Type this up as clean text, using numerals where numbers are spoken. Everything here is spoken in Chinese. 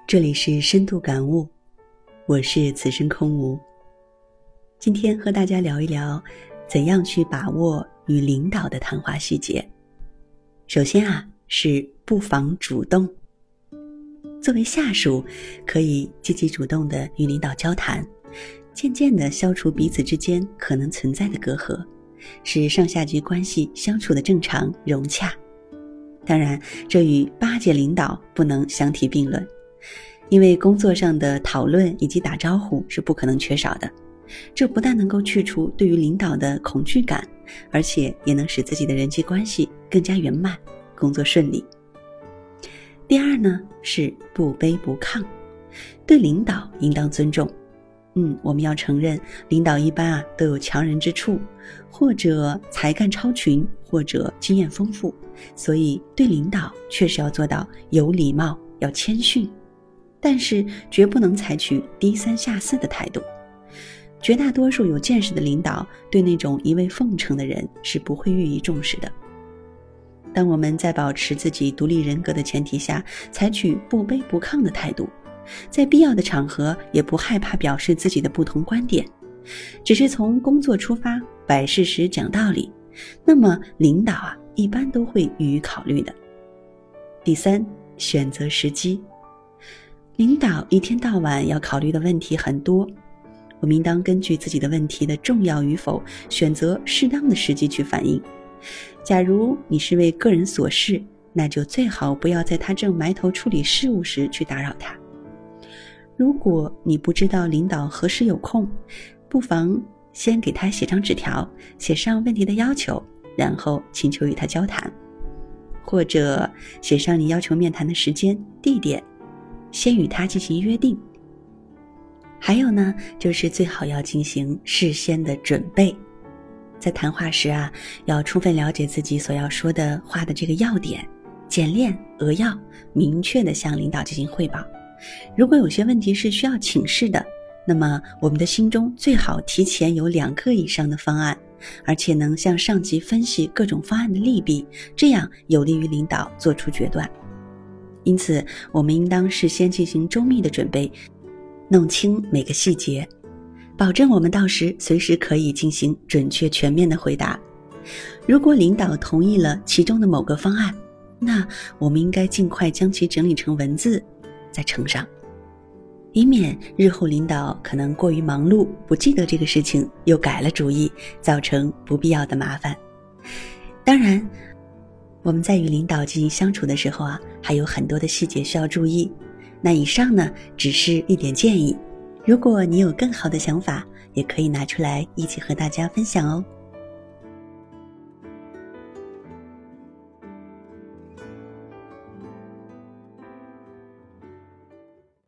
这里是深度感悟，我是此生空无。今天和大家聊一聊怎样去把握与领导的谈话细节。首先是不妨主动。作为下属，可以积极主动地与领导交谈，渐渐地消除彼此之间可能存在的隔阂，使上下级关系相处的正常融洽。当然，这与巴结领导不能相提并论，因为工作上的讨论以及打招呼是不可能缺少的。这不但能够去除对于领导的恐惧感，而且也能使自己的人际关系更加圆满，工作顺利。第二呢，是不卑不亢，对领导应当尊重。我们要承认，领导一般都有强人之处，或者才干超群，或者经验丰富，所以对领导确实要做到有礼貌，要谦逊，但是绝不能采取低三下四的态度。绝大多数有见识的领导对那种一味奉承的人是不会予以重视的。当我们在保持自己独立人格的前提下，采取不卑不亢的态度，在必要的场合也不害怕表示自己的不同观点，只是从工作出发，摆事实讲道理，那么领导一般都会予以考虑的。第三，选择时机。领导一天到晚要考虑的问题很多，我们应当根据自己的问题的重要与否，选择适当的时机去反映。假如你是为个人琐事，那就最好不要在他正埋头处理事务时去打扰他。如果你不知道领导何时有空，不妨先给他写张纸条，写上问题的要求，然后请求与他交谈，或者写上你要求面谈的时间、地点，先与他进行约定。还有呢，就是最好要进行事先的准备。在谈话时要充分了解自己所要说的话的这个要点，简练扼要，明确地向领导进行汇报。如果有些问题是需要请示的，那么我们的心中最好提前有2个以上的方案，而且能向上级分析各种方案的利弊，这样有利于领导做出决断。因此，我们应当事先进行周密的准备，弄清每个细节，保证我们到时随时可以进行准确全面的回答。如果领导同意了其中的某个方案，那我们应该尽快将其整理成文字再呈上，以免日后领导可能过于忙碌，不记得这个事情又改了主意，造成不必要的麻烦。当然，我们在与领导进行相处的时候还有很多的细节需要注意。那以上呢，只是一点建议，如果你有更好的想法，也可以拿出来一起和大家分享哦。